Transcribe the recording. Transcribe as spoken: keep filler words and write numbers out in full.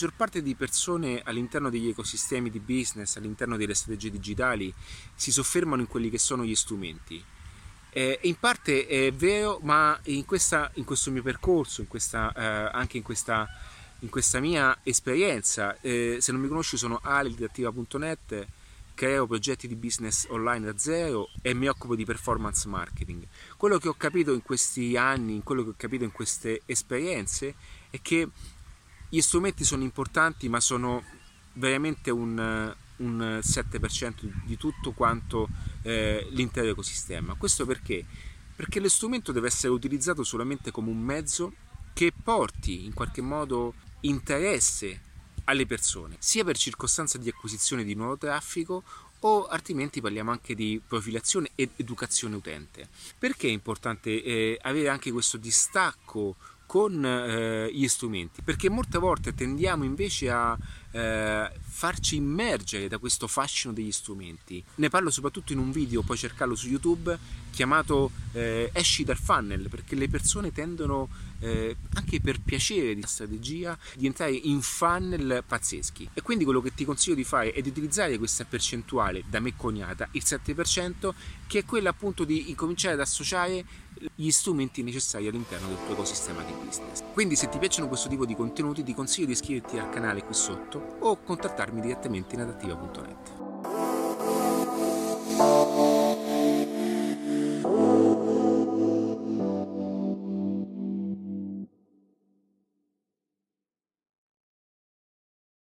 maggior parte di persone all'interno degli ecosistemi di business, all'interno delle strategie digitali, si soffermano in quelli che sono gli strumenti. Eh, in parte è vero, ma in, questa, in questo mio percorso, in questa, eh, anche in questa, in questa mia esperienza, eh, se non mi conosci sono Ale di Attiva punto net, creo progetti di business online da zero e mi occupo di performance marketing. Quello che ho capito in questi anni, quello che ho capito in queste esperienze, è che gli strumenti sono importanti, ma sono veramente un, un sette per cento di tutto quanto eh, l'intero ecosistema. Questo perché? Perché lo strumento deve essere utilizzato solamente come un mezzo che porti in qualche modo interesse alle persone, sia per circostanza di acquisizione di nuovo traffico, o altrimenti parliamo anche di profilazione ed educazione utente. Perché è importante eh, avere anche questo distacco con eh, gli strumenti? Perché molte volte tendiamo invece a eh, farci immergere da questo fascino degli strumenti. Ne parlo soprattutto in un video, puoi cercarlo su YouTube, chiamato eh, Esci dal funnel, perché le persone tendono eh, anche per piacere di strategia di entrare in funnel pazzeschi, e quindi quello che ti consiglio di fare è di utilizzare questa percentuale da me coniata, il sette per cento, che è quella appunto di incominciare ad associare gli strumenti necessari all'interno del tuo ecosistema di business. Quindi se ti piacciono questo tipo di contenuti ti consiglio di iscriverti al canale qui sotto o contattarmi direttamente in adattiva punto net.